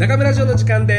中村城の時間です。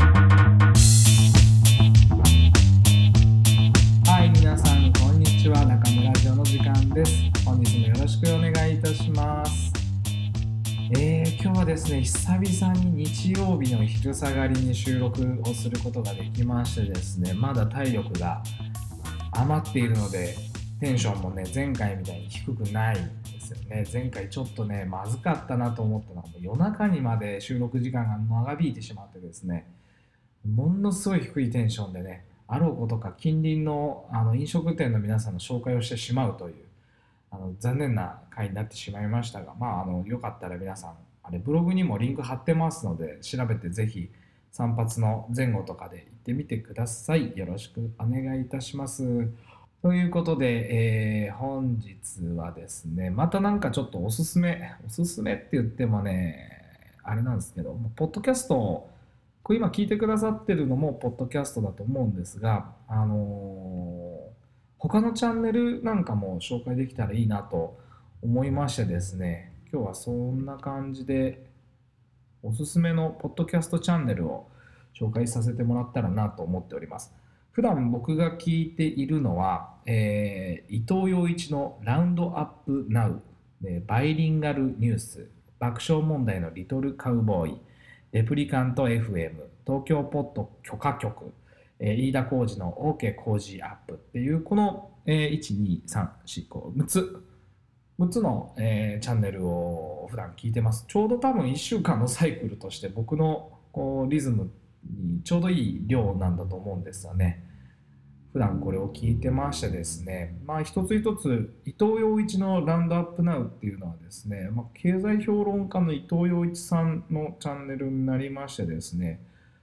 はい、皆さんこんにちは。中村城の時間です。本日もよろしくお願いいたします。今日はですね、久々に日曜日の昼下がりに収録をすることができましてですね、まだ体力が余っているので、テンションもね、前回みたいに低くないんですよね。前回ちょっとね、まずかったなと思ったのが、もう夜中にまで収録時間が長引いてしまってですね、ものすごい低いテンションでね、あろうことか近隣の飲食店の皆さんの紹介をしてしまうという残念な回になってしまいましたが、よかったら皆さんブログにもリンク貼ってますので、調べてぜひ散髪の前後とかで行ってみてください。よろしくお願いいたします。ということで、本日はですね、またなんかちょっとおすすめって言ってもね、あれなんですけど、ポッドキャストを今聞いてくださってるのもポッドキャストだと思うんですが、他のチャンネルなんかも紹介できたらいいなと思いましてですね、今日はそんな感じでおすすめのポッドキャストチャンネルを紹介させてもらったらなと思っております。普段僕が聞いているのは、伊藤洋一のラウンドアップナウ、バイリンガルニュース、爆笑問題のリトルカウボーイ、レプリカント FM、東京ポッド許可局、飯田浩二の OK 工事アップっていうこの、1、2、3、4、5、6つの、チャンネルを普段聞いてます。ちょうど多分1週間のサイクルとして僕のリズムにちょうどいい量なんだと思うんですよね。普段これを聞いてましてですね、一つ一つ伊藤洋一のラウンドアップナウっていうのはですね、経済評論家の伊藤洋一さんのチャンネルになりましてですね、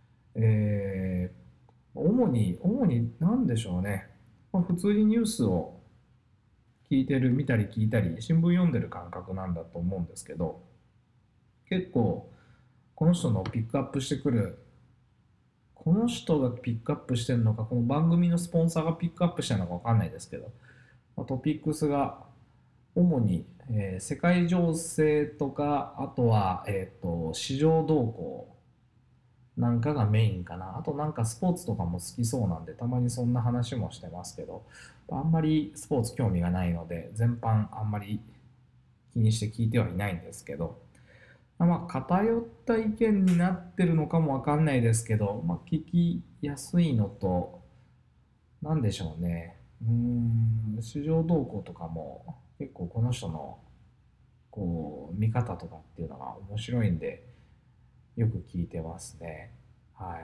主に何でしょうね、普通にニュースを見たり聞いたり、新聞読んでる感覚なんだと思うんですけど、結構、この人のピックアップしてくる、この人がピックアップしてるのか、この番組のスポンサーがピックアップしてるのかわかんないですけど、トピックスが主に、世界情勢とか、あとは、市場動向なんかがメインかな。あとなんかスポーツとかも好きそうなんで、たまにそんな話もしてますけど、あんまりスポーツ興味がないので、全般あんまり気にして聞いてはいないんですけど、偏った意見になってるのかもわかんないですけど、聞きやすいのと、なんでしょうね。市場動向とかも結構この人の見方とかっていうのが面白いんで、よく聞いてますね。はい。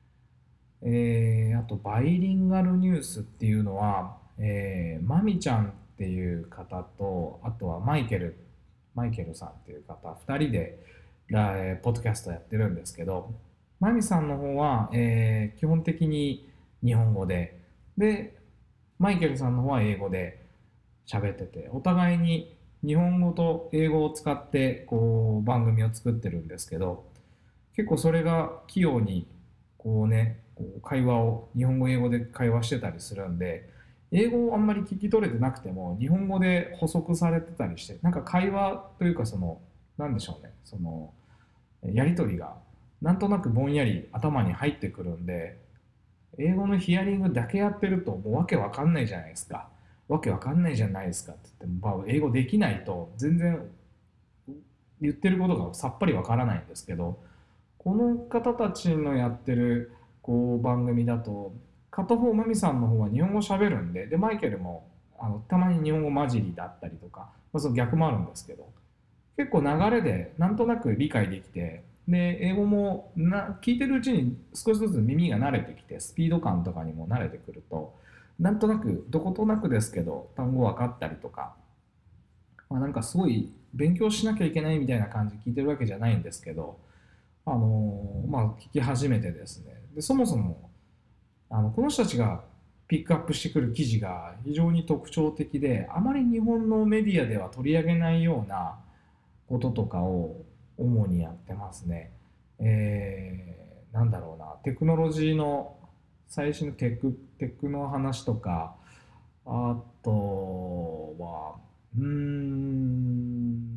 あと、バイリンガルニュースっていうのは、マミちゃんっていう方と、あとはマイケルさんっていう方、2人で、ポッドキャストやってるんですけど、マミさんの方は、基本的に日本語で、マイケルさんの方は英語で喋ってて、お互いに日本語と英語を使って番組を作ってるんですけど、結構それが器用に会話を日本語英語で会話してたりするんで、英語をあんまり聞き取れてなくても日本語で補足されてたりして、なんか会話というかなんでしょうね、やり取りがなんとなくぼんやり頭に入ってくるんで、英語のヒアリングだけやってるともうわけわかんないじゃないですか。わけわかんないじゃないですかって言っても、英語できないと全然言ってることがさっぱりわからないんですけど、この方たちのやってる番組だと、片方マミさんの方は日本語喋るんで、マイケルもたまに日本語混じりだったりとか、その逆もあるんですけど、結構流れでなんとなく理解できて、で英語も聞いてるうちに少しずつ耳が慣れてきて、スピード感とかにも慣れてくると、なんとなくどことなくですけど単語分かったりとか、なんかすごい勉強しなきゃいけないみたいな感じで聞いてるわけじゃないんですけど、聞き始めてですね、でそもそもこの人たちがピックアップしてくる記事が非常に特徴的で、あまり日本のメディアでは取り上げないようなこととかを主にやってますね。なんだろうな、テクノロジーの最新のテクの話とか、あとは、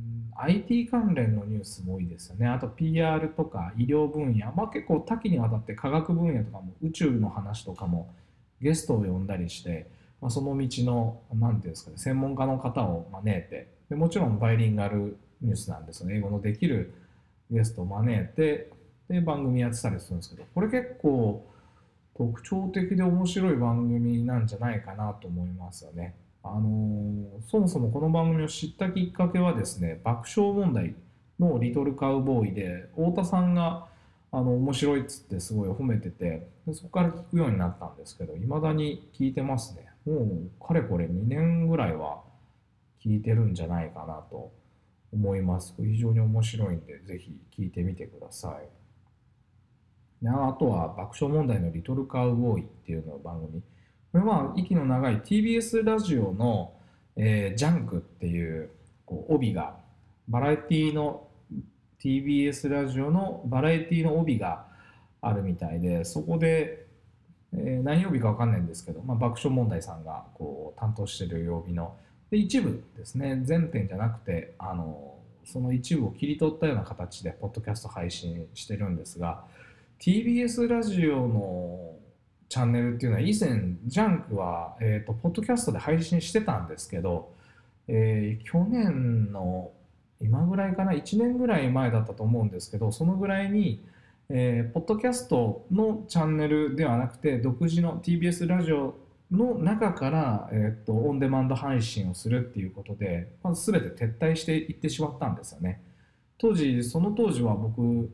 IT 関連のニュースも多いですよね。あと PR とか医療分野、結構多岐にわたって科学分野とかも宇宙の話とかもゲストを呼んだりして、その道の何ていうんですかね、専門家の方を招いて、でもちろんバイリンガルニュースなんですよね。英語のできるゲストを招いて、で番組やってたりするんですけど、これ結構特徴的で面白い番組なんじゃないかなと思いますよね。そもそもこの番組を知ったきっかけはですね、爆笑問題のリトルカウボーイで、太田さんが面白いっつってすごい褒めてて、でそこから聞くようになったんですけど、未だに聞いてますね。もうかれこれ2年ぐらいは聞いてるんじゃないかなと思います。非常に面白いんで、ぜひ聞いてみてください。あとは爆笑問題のリトルカウボーイっていうの番組。これは息の長い TBS ラジオの、ジャンクっていう帯が、バラエティの TBS ラジオのバラエティの帯があるみたいで、そこで、何曜日か分かんないんですけど、爆笑問題さんが担当してる曜日ので一部ですね、全編じゃなくてその一部を切り取ったような形でポッドキャスト配信してるんですが、 TBS ラジオのチャンネルっていうのは以前ジャンクは、ポッドキャストで配信してたんですけど、去年の今ぐらいかな、1年ぐらい前だったと思うんですけど、そのぐらいに、ポッドキャストのチャンネルではなくて独自の TBS ラジオの中から、オンデマンド配信をするっていうことで、まず全て撤退していってしまったんですよね。その当時は僕、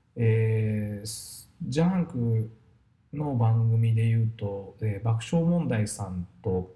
ジャンクの番組で言うと、爆笑問題さんと、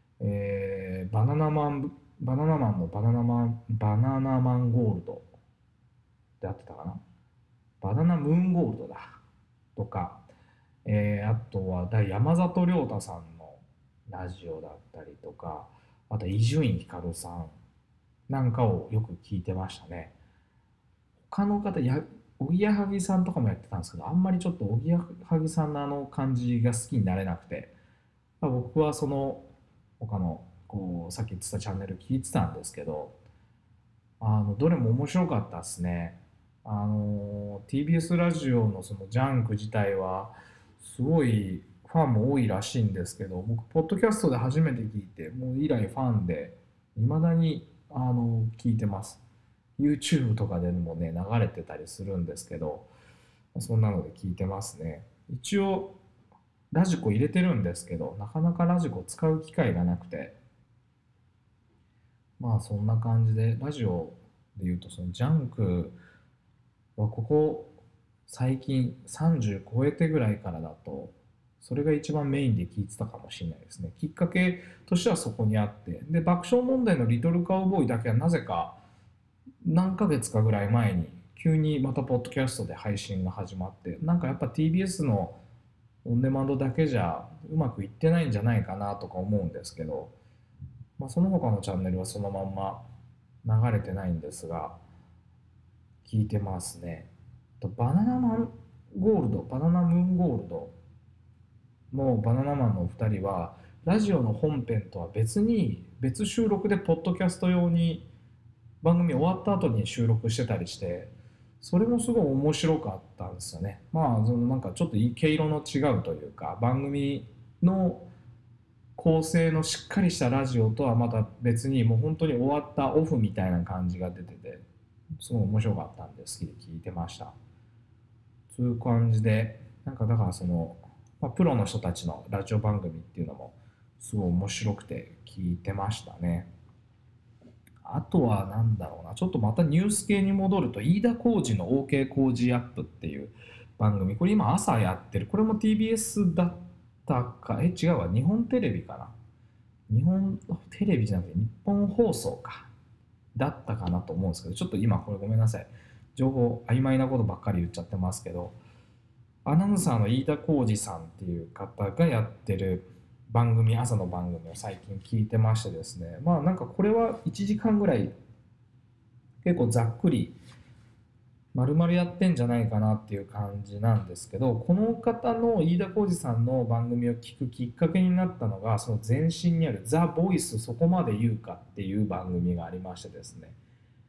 バナナマンのバナナマンゴールドであってたかな、バナナムーンゴールドだとか、あとは山里亮太さんのラジオだったりとか、あと伊集院光さんなんかをよく聞いてましたね。他の方おぎやはぎさんとかもやってたんですけど、あんまりちょっとおぎやはぎさんの感じが好きになれなくて、僕はその他のさっき言ってたチャンネル聞いてたんですけど、どれも面白かったですね。TBS ラジオのそのジャンク自体はすごいファンも多いらしいんですけど、僕ポッドキャストで初めて聞いて、もう以来ファンで未だに聞いてます。 YouTube とかでもね流れてたりするんですけど、そんなので聞いてますね。一応ラジコ入れてるんですけど、なかなかラジコ使う機会がなくて、そんな感じで、ラジオで言うとそのジャンクはここ最近30超えてぐらいからだと、それが一番メインで聞いてたかもしれないですね。きっかけとしてはそこにあって、で爆笑問題のリトルカウボーイだけはなぜか何ヶ月かぐらい前に急にまたポッドキャストで配信が始まって、なんかやっぱ TBS のオンデマンドだけじゃうまくいってないんじゃないかなとか思うんですけど、その他のチャンネルはそのまんま流れてないんですが、聞いてますね。バナナマンゴールド、バナナムーンゴールドのバナナマンのお二人は、ラジオの本編とは別収録でポッドキャスト用に番組終わった後に収録してたりして、それもすごい面白かったんですよね。そのなんかちょっと毛色の違うというか、番組の構成のしっかりしたラジオとはまた別に、もう本当に終わったオフみたいな感じが出てて、すごい面白かったんで好きで聞いてました。そういう感じで、なんかだからプロの人たちのラジオ番組っていうのもすごい面白くて聞いてましたね。あとはなんだろうな、ちょっとまたニュース系に戻ると、飯田浩司の OK 工事アップっていう番組、これ今朝やってる、これも TBS だったか、違うわ、日本テレビかな。日本テレビじゃなくて日本放送か。だったかなと思うんですけど、ちょっと今これごめんなさい。情報曖昧なことばっかり言っちゃってますけど、アナウンサーの飯田浩司さんっていう方がやってる番組、朝の番組を最近聞いてましてですね、なんかこれは1時間ぐらい結構ざっくり丸々やってんじゃないかなっていう感じなんですけど、この方の飯田浩司さんの番組を聞くきっかけになったのが、その前身にあるザ・ボイスそこまで言うかっていう番組がありましてですね、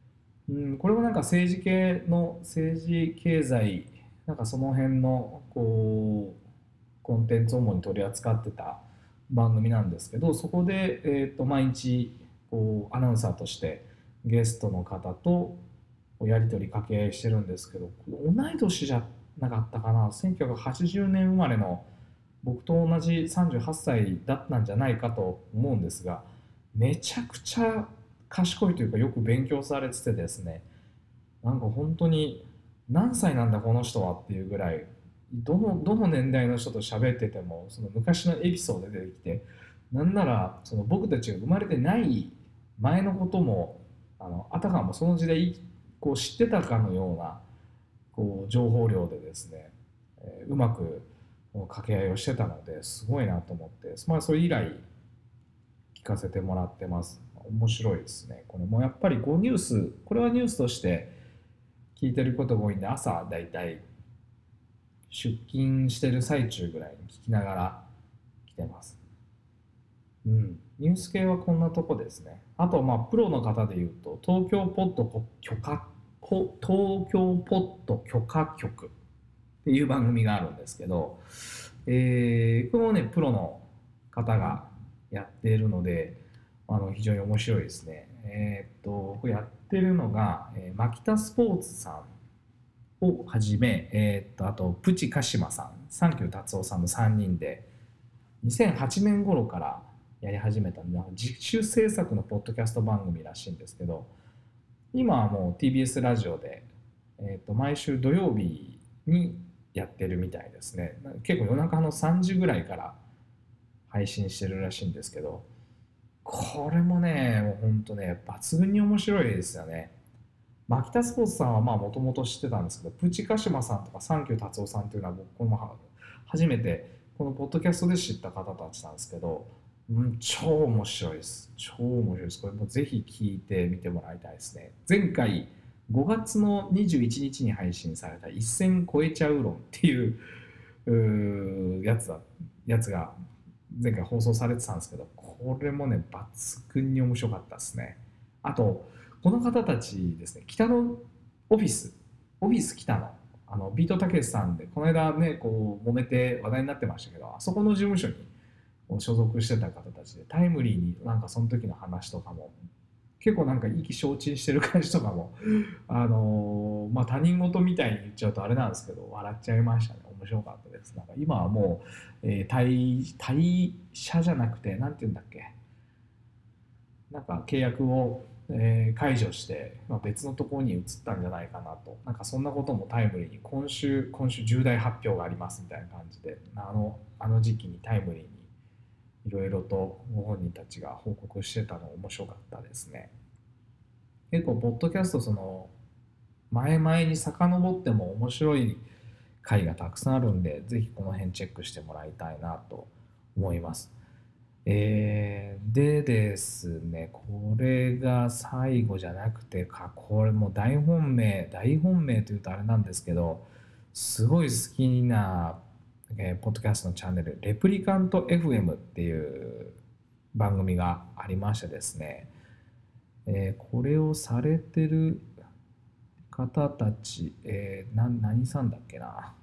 これもなんか政治経済なんかその辺のこうコンテンツを主に取り扱ってた番組なんですけど、そこで、毎日こうアナウンサーとしてゲストの方とやり取り掛け合いしてるんですけど、同い年じゃなかったかな、1980年生まれの僕と同じ38歳だったんじゃないかと思うんですが、めちゃくちゃ賢いというかよく勉強されててですね、なんか本当に何歳なんだこの人はっていうぐらい、どの年代の人と喋っててもその昔のエピソードで出てきて、なんならその僕たちが生まれてない前のこともあたかもその時代こう知ってたかのようなこう情報量でですね、うまく掛け合いをしてたのですごいなと思って、まあ、それ以来聞かせてもらってます。面白いですね。これもやっぱりこうニュース、これはニュースとして聞いてることが多いんで、朝だいたい出勤してる最中ぐらいに聞きながら来てます。うん。ニュース系はこんなとこですね。あと、まあ、プロの方で言うと、東京ポッド許可局っていう番組があるんですけど、これもね、プロの方がやっているので、非常に面白いですね。これやってるのが、マキタスポーツさんをはじめ、あと、プチカシマさん、サンキュー達夫さんの3人で、2008年頃からやり始めたんで、自主制作のポッドキャスト番組らしいんですけど、今はもう TBS ラジオで、毎週土曜日にやってるみたいですね。結構夜中の3時ぐらいから配信してるらしいんですけど、これもね、もうほんとね、抜群に面白いですよね。マキタスポーツさんはまあもともと知ってたんですけど、プチカシマさんとかサンキュー達夫さんっていうのは僕も初めてこのポッドキャストで知った方たちなんですけど、超面白いです。超面白いです。これもぜひ聞いてみてもらいたいですね。前回5月の21日に配信された一線超えちゃう論っていうやつが前回放送されてたんですけど、これもね、抜群に面白かったですね。あと、この方たちですね、北のオフィス、オフィス北の、ビートたけしさんで、この間ね、こう、揉めて話題になってましたけど、あそこの事務所に所属してた方たちで、タイムリーになんかその時の話とかも、結構なんか意気消沈してる感じとかも、まあ他人事みたいに言っちゃうとあれなんですけど、笑っちゃいましたね。面白かったです。なんか今はもう、退社じゃなくて、なんて言うんだっけ、なんか契約を、解除して、まあ、別のところに移ったんじゃないかなと、なんかそんなこともタイムリーに今週重大発表がありますみたいな感じで、あの時期にタイムリーにいろいろとご本人たちが報告してたの面白かったですね。結構ポッドキャスト前々に遡っても面白い回がたくさんあるんで、ぜひこの辺チェックしてもらいたいなと思います。でですね、これが最後じゃなくてこれも大本命というとあれなんですけど、すごい好きな、ポッドキャストのチャンネル、レプリカント FM っていう番組がありましてですね、これをされてる方たち、何さんだっけな、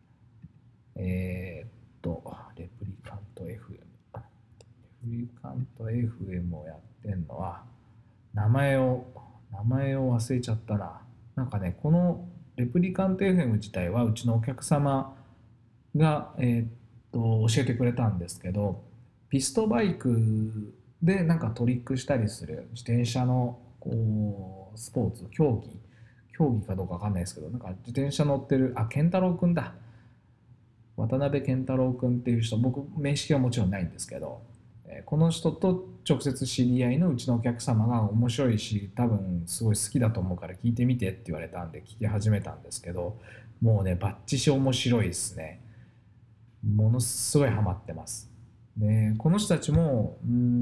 レプリカント FM。レプリカント FM をやってんのは、名前を、名前を忘れちゃったな。なんかね、このレプリカント FM 自体はうちのお客様が、教えてくれたんですけど、ピストバイクでなんかトリックしたりする自転車のこうスポーツ、競技かどうかわかんないですけど、なんか自転車乗ってる、健太郎くんだ。渡辺健太郎くんっていう人、僕、面識はもちろんないんですけど、この人と直接知り合いのうちのお客様が面白いし、多分すごい好きだと思うから聞いてみてって言われたんで聞き始めたんですけど、もうね、バッチシ面白いですね。ものすごいハマってます。で、この人たちも、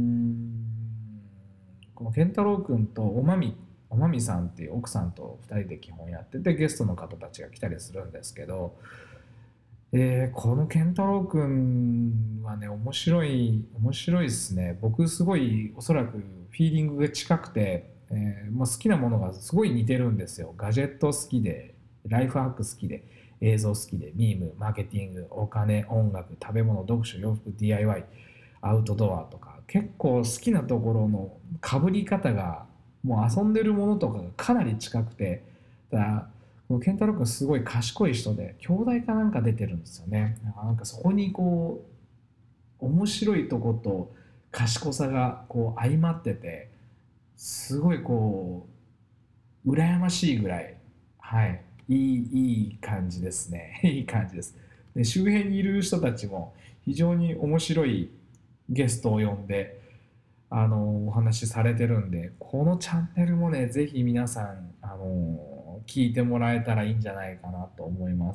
この健太郎くんとおまみさんっていう奥さんと2人で基本やってて、ゲストの方たちが来たりするんですけど、この健太郎くんはね、面白いですね。僕すごいおそらくフィーリングが近くて、 好きなものがすごい似てるんですよ。ガジェット好きで、ライフハック好きで、映像好きで、ミーム、マーケティング、お金、音楽、食べ物、読書、洋服、DIY、アウトドアとか、結構好きなところの被り方が、もう遊んでるものとかがかなり近くて、だからこの健太郎君すごい賢い人で、兄弟かなんか出てるんですよね。なんかそこにこう、面白いとこと賢さがこう相まってて、すごいこう羨ましいぐらい、はい、いい感じですね。いい感じです。で、周辺にいる人たちも非常に面白いゲストを呼んでお話しされてるんで、このチャンネルもね、ぜひ皆さん聞いてもらえたらいいんじゃないかなと思います。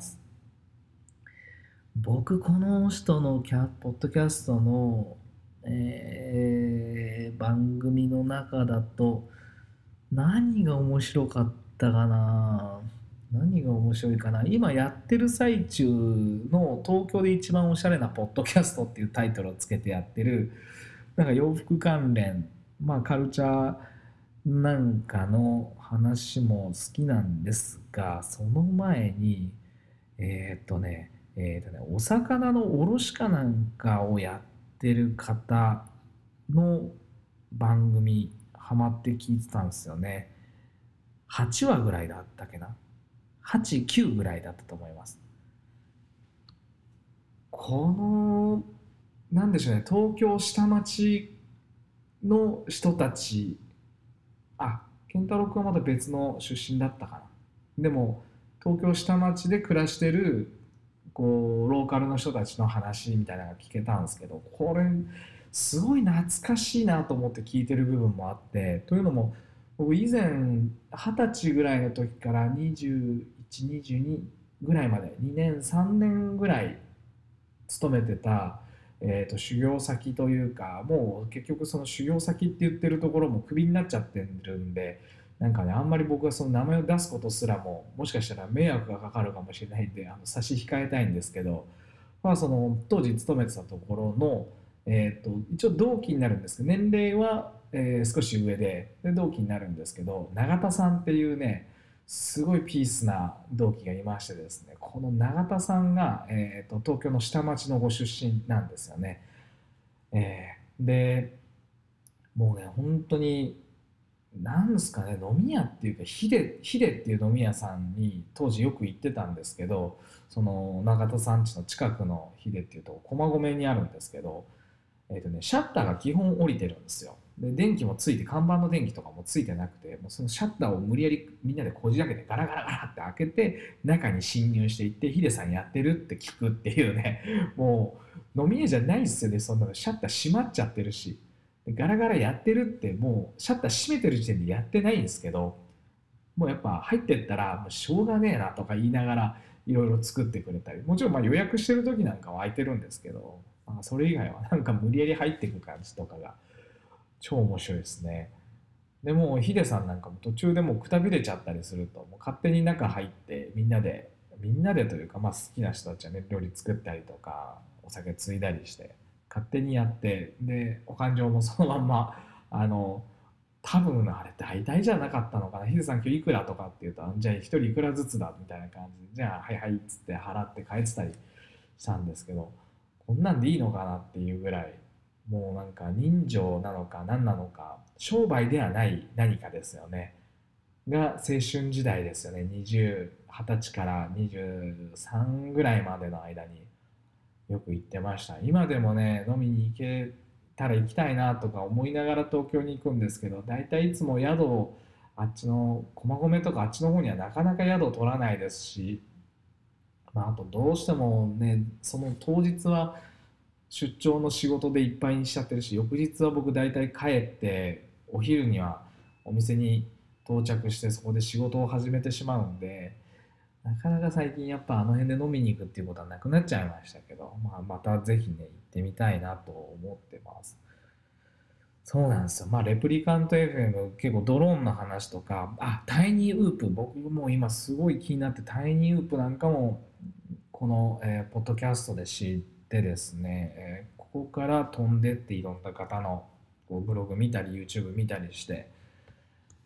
僕この人のポッドキャストの、番組の中だと何が面白かったかな。何が面白いかな。今やってる最中の東京で一番おしゃれなポッドキャストっていうタイトルをつけてやってる、なんか洋服関連、カルチャーなんかの話も好きなんですが、その前にお魚の卸かなんかをやってる方の番組ハマって聞いてたんですよね。8話ぐらいだったっけな。8、9ぐらいだったと思います。この、なんでしょうね、東京下町の人たち、健太郎君はまた別の出身だったかな。でも、東京下町で暮らしてるこうローカルの人たちの話みたいなのが聞けたんですけど、これすごい懐かしいなと思って聞いてる部分もあって、というのも僕以前20歳ぐらいの時から2122ぐらいまで2年3年ぐらい勤めてた、修行先というか、もう結局その修行先って言ってるところもクビになっちゃってるんで、なんかね、あんまり僕はその名前を出すことすらももしかしたら迷惑がかかるかもしれないんで差し控えたいんですけど、その当時勤めてたところの、一応同期になるんですけど、年齢は、少し上で同期になるんですけど、永田さんっていうね、すごいピースな同期がいましてですね、この永田さんが、東京の下町のご出身なんですよね。で、もうね、本当に、なんですかね、飲み屋っていうか、ヒデっていう飲み屋さんに当時よく行ってたんですけど、その永田さん家の近くのヒデっていうと、駒込にあるんですけど、シャッターが基本降りてるんですよ。で、電気もついて、看板の電気とかもついてなくて、もうそのシャッターを無理やりみんなでこじ開けてガラガラガラって開けて、中に侵入していって、ヒデさんやってるって聞くっていうね、もう飲み屋じゃないっすよね、そんなの。シャッター閉まっちゃってるし。でガラガラやってるってもうシャッター閉めてる時点でやってないんですけど、もうやっぱ入ってったらもうしょうがねえなとか言いながらいろいろ作ってくれたり、もちろん予約してる時なんかは空いてるんですけど、それ以外はなんか無理やり入っていく感じとかが超面白いですね。でもヒデさんなんかも途中でもうくたびれちゃったりするともう勝手に中入ってみんなでというか、好きな人たちはね料理作ったりとかお酒ついだりして勝手にやって、でお勘定もそのまんま多分あれ大体じゃなかったのかな、ヒデさん今日いくらとかって言うと、じゃあ一人いくらずつだみたいな感じで、じゃあはいはいっつって払って帰ってたりしたんですけど、こんなんでいいのかなっていうぐらい、もうなんか人情なのか何なのか商売ではない何かですよね。が青春時代ですよね。20歳から23ぐらいまでの間によく行ってました。今でもね、飲みに行けたら行きたいなとか思いながら東京に行くんですけど、大体いつも宿をあっちの駒込とかあっちの方にはなかなか宿を取らないですし、あとどうしてもね、その当日は出張の仕事でいっぱいにしちゃってるし、翌日は僕大体帰ってお昼にはお店に到着してそこで仕事を始めてしまうんで、なかなか最近やっぱあの辺で飲みに行くっていうことはなくなっちゃいましたけど、またぜひね、行ってみたいなと思ってます。そうなんですよ。レプリカント FM 結構ドローンの話とか、タイニーウープ、僕も今すごい気になってタイニーウープなんかもこの、ポッドキャストで知ってですね、ここから飛んでっていろんな方のこうブログ見たり YouTube 見たりして、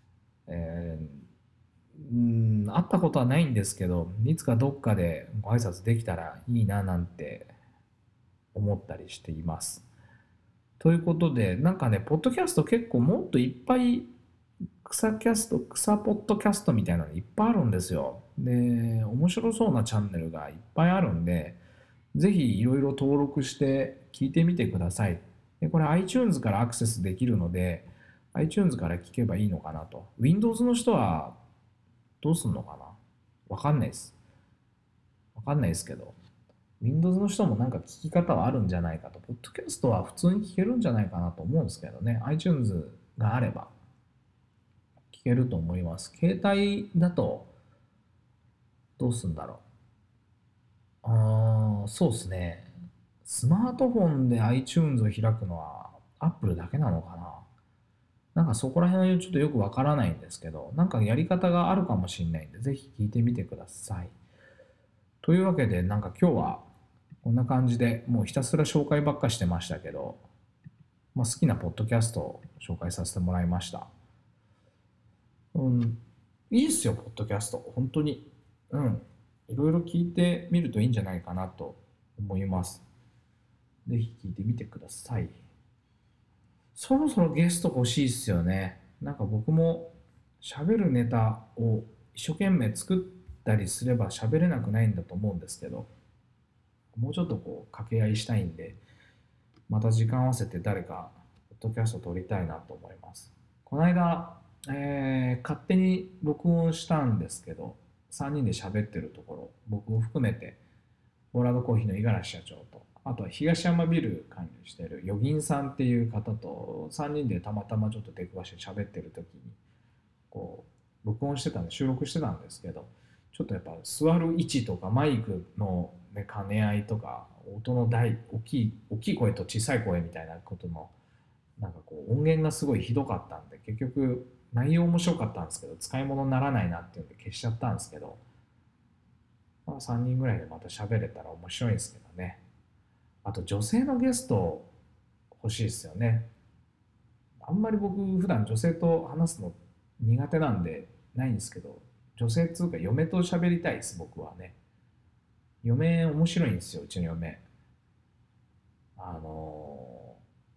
え会ったことはないんですけど、いつかどっかでご挨拶できたらいいななんて思ったりしています。ということで、なんかね、ポッドキャスト結構もっといっぱい草ポッドキャストみたいなのいっぱいあるんですよ。で、面白そうなチャンネルがいっぱいあるんで、ぜひいろいろ登録して聞いてみてください。で、これ iTunes からアクセスできるので、iTunes から聞けばいいのかなと。Windows の人はどうすんのかな、わかんないです。わかんないですけど。Windows の人もなんか聞き方はあるんじゃないかと。ポッドキャストは普通に聞けるんじゃないかなと思うんですけどね。iTunes があれば聞けると思います。携帯だとどうすんだろう。そうですね。スマートフォンで iTunes を開くのは Apple だけなのかな。なんかそこら辺はちょっとよくわからないんですけど、なんかやり方があるかもしれないんで、ぜひ聞いてみてください。というわけで、なんか今日はこんな感じでもうひたすら紹介ばっかしてましたけど、好きなポッドキャストを紹介させてもらいました。うん、いいっすよ、ポッドキャスト。本当に。うん。いろいろ聞いてみるといいんじゃないかなと思います。ぜひ聞いてみてください。そろそろゲスト欲しいっすよね。なんか僕も喋るネタを一生懸命作ったりすれば喋れなくないんだと思うんですけど、もうちょっとこう掛け合いしたいんで、また時間合わせて誰かポッドキャスト撮りたいなと思います。この間、勝手に録音したんですけど、3人で喋ってるところ、僕を含めて、ボラードコーヒーの五十嵐社長と、あとは東山ビル管理している余銀さんっていう方と3人でたまたまちょっと出くわして喋ってる時に、こ録音してたんで収録してたんですけど、ちょっとやっぱ座る位置とかマイクの、ね、兼ね合いとか音の大きい声と小さい声みたいなことのなんかこう音源がすごいひどかったんで、結局内容面白かったんですけど使い物にならないなっていうんで消しちゃったんですけど、3人ぐらいでまた喋れたら面白いですけどね。あと女性のゲスト欲しいですよね。あんまり僕普段女性と話すの苦手なんでないんですけど、女性っつうか嫁と喋りたいです、僕はね。嫁面白いんですよ、うちの嫁。あの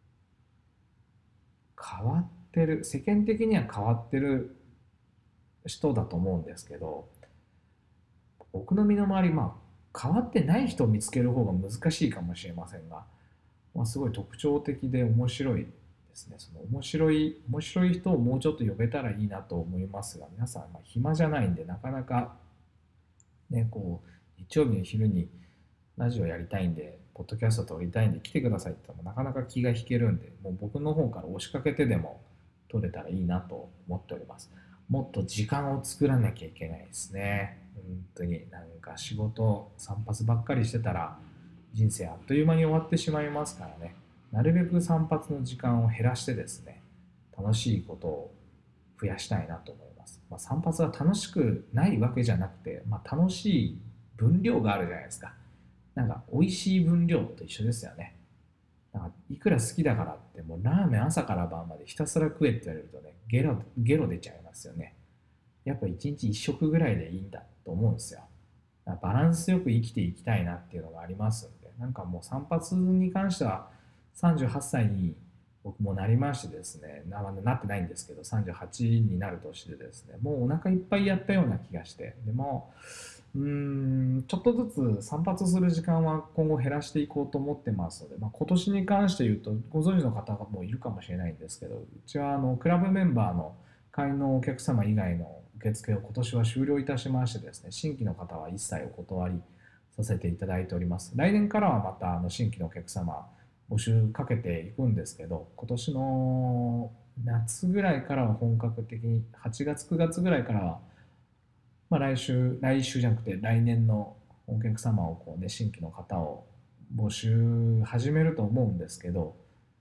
変わってる、世間的には変わってる人だと思うんですけど、僕の身の回り、変わってない人を見つける方が難しいかもしれませんが、すごい特徴的で面白いですね。その面白い人をもうちょっと呼べたらいいなと思いますが、皆さん、暇じゃないんで、なかなかね、日曜日の昼にラジオやりたいんで、ポッドキャスト撮りたいんで来てくださいって言ってもなかなか気が引けるんで、もう僕の方から押しかけてでも撮れたらいいなと思っております。もっと時間を作らなきゃいけないですね。本当になんか仕事散髪ばっかりしてたら人生あっという間に終わってしまいますからね。なるべく散髪の時間を減らしてですね、楽しいことを増やしたいなと思います。散髪は楽しくないわけじゃなくて、楽しい分量があるじゃないですか。なんか美味しい分量と一緒ですよね。なんかいくら好きだからってもうラーメン朝から晩までひたすら食えって言われるとね、ゲロ出ちゃいますよね。やっぱ一日一食ぐらいでいいんだと思うんですよ。バランスよく生きていきたいなっていうのがありますんで、なんかもう散髪に関しては38歳に僕もなりましてですね、なってないんですけど、38になる年でですね、もうお腹いっぱいやったような気がして、でも、ちょっとずつ散髪する時間は今後減らしていこうと思ってますので、今年に関して言うと、ご存知の方もいるかもしれないんですけど、うちはクラブメンバーの会員のお客様以外の受付を今年は終了いたしましてですね、新規の方は一切お断りさせていただいております。来年からはまた新規のお客様募集かけていくんですけど、今年の夏ぐらいからは本格的に、8月9月ぐらいからは、来週じゃなくて来年のお客様を新規の方を募集始めると思うんですけど、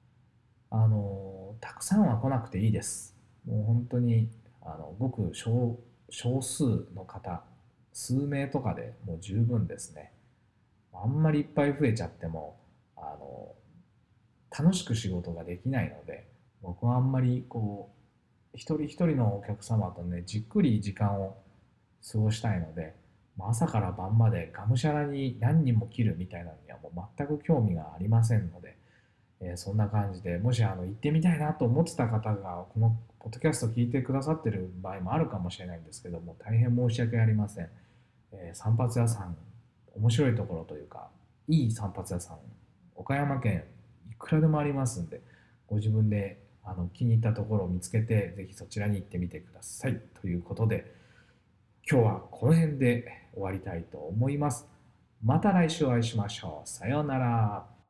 たくさんは来なくていいです。もう本当にごく少数の方、数名とかでもう十分ですね。あんまりいっぱい増えちゃってもあの楽しく仕事ができないので、僕はあんまり一人一人のお客様とね、じっくり時間を過ごしたいので、朝から晩までがむしゃらに何人も切るみたいなのにはもう全く興味がありませんので、そんな感じで、もし行ってみたいなと思ってた方が、このポッドキャストを聞いてくださってる場合もあるかもしれないんですけども、大変申し訳ありません。散髪屋さん、面白いところというか、いい散髪屋さん、岡山県いくらでもありますんで、ご自分で気に入ったところを見つけて、ぜひそちらに行ってみてください。ということで、今日はこの辺で終わりたいと思います。また来週お会いしましょう。さようなら。